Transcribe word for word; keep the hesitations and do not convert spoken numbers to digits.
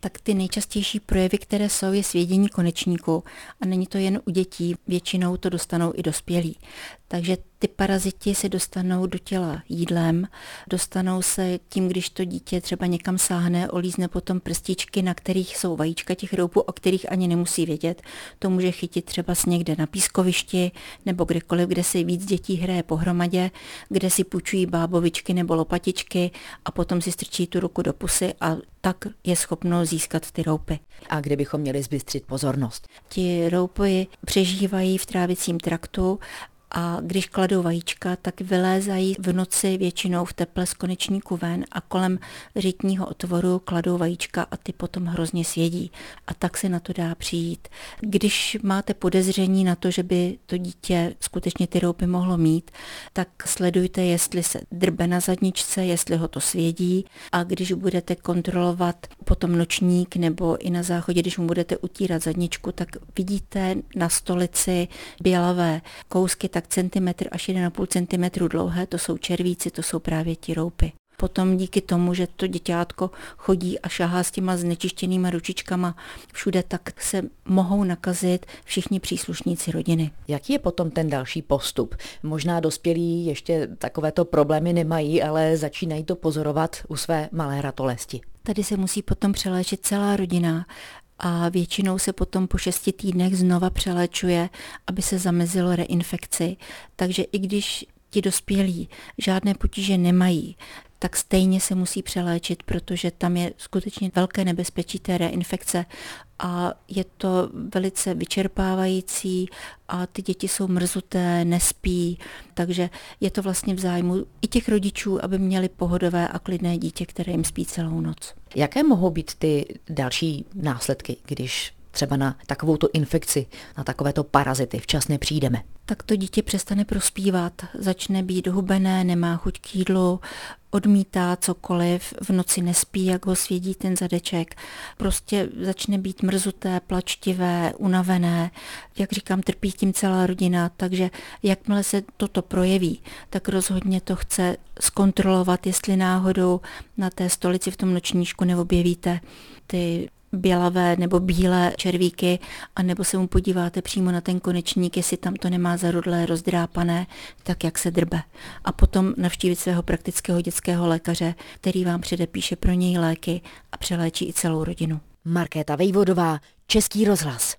Tak ty nejčastější projevy, které jsou, je svědění konečníku a není to jen u dětí, většinou to dostanou i dospělí. Takže ty paraziti se dostanou do těla jídlem, dostanou se tím, když to dítě třeba někam sáhne, olízne potom prstičky, na kterých jsou vajíčka těch roupů, o kterých ani nemusí vědět. To může chytit třeba někde na pískovišti nebo kdekoliv, kde si víc dětí hraje pohromadě, kde si půjčují bábovičky nebo lopatičky a potom si strčí tu ruku do pusy a tak je schopno získat ty roupy. A kde bychom měli zbystřit pozornost? Ti roupy přežívají v trávicím traktu a když kladou vajíčka, tak vylézají v noci většinou v teple z konečníku ven a kolem řitního otvoru kladou vajíčka a ty potom hrozně svědí. A tak se na to dá přijít. Když máte podezření na to, že by to dítě skutečně ty roupy mohlo mít, tak sledujte, jestli se drbe na zadničce, jestli ho to svědí a když budete kontrolovat potom nočník nebo i na záchodě, když mu budete utírat zadničku, tak vidíte na stolici bělavé kousky, tak centimetr až jeden a půl centimetru dlouhé, to jsou červíci, to jsou právě ti roupy. Potom díky tomu, že to děťátko chodí a šahá s těma znečištěnýma ručičkama všude, tak se mohou nakazit všichni příslušníci rodiny. Jaký je potom ten další postup? Možná dospělí ještě takovéto problémy nemají, ale začínají to pozorovat u své malé ratolesti. Tady se musí potom přeléčit celá rodina a většinou se potom po šesti týdnech znova přeléčuje, aby se zamezilo reinfekci. Takže i když ti dospělí žádné potíže nemají, tak stejně se musí přeléčit, protože tam je skutečně velké nebezpečí té reinfekce a je to velice vyčerpávající a ty děti jsou mrzuté, nespí, takže je to vlastně v zájmu i těch rodičů, aby měli pohodové a klidné dítě, které jim spí celou noc. Jaké mohou být ty další následky, když třeba na takovouto infekci, na takovéto parazity včas nepřijdeme? Tak to dítě přestane prospívat, začne být hubené, nemá chuť k jídlu, odmítá cokoliv, v noci nespí, jak ho svědí ten zadeček, prostě začne být mrzuté, plačtivé, unavené, jak říkám, trpí tím celá rodina, takže jakmile se toto projeví, tak rozhodně to chce zkontrolovat, jestli náhodou na té stolici v tom nočníčku neobjevíte ty bělavé nebo bílé červíky, anebo se mu podíváte přímo na ten konečník, jestli tam to nemá zarudlé, rozdrápané, tak jak se drbe. A potom navštívit svého praktického dětského lékaře, který vám předepíše pro něj léky a přeléčí i celou rodinu. Markéta Vejvodová, Český rozhlas.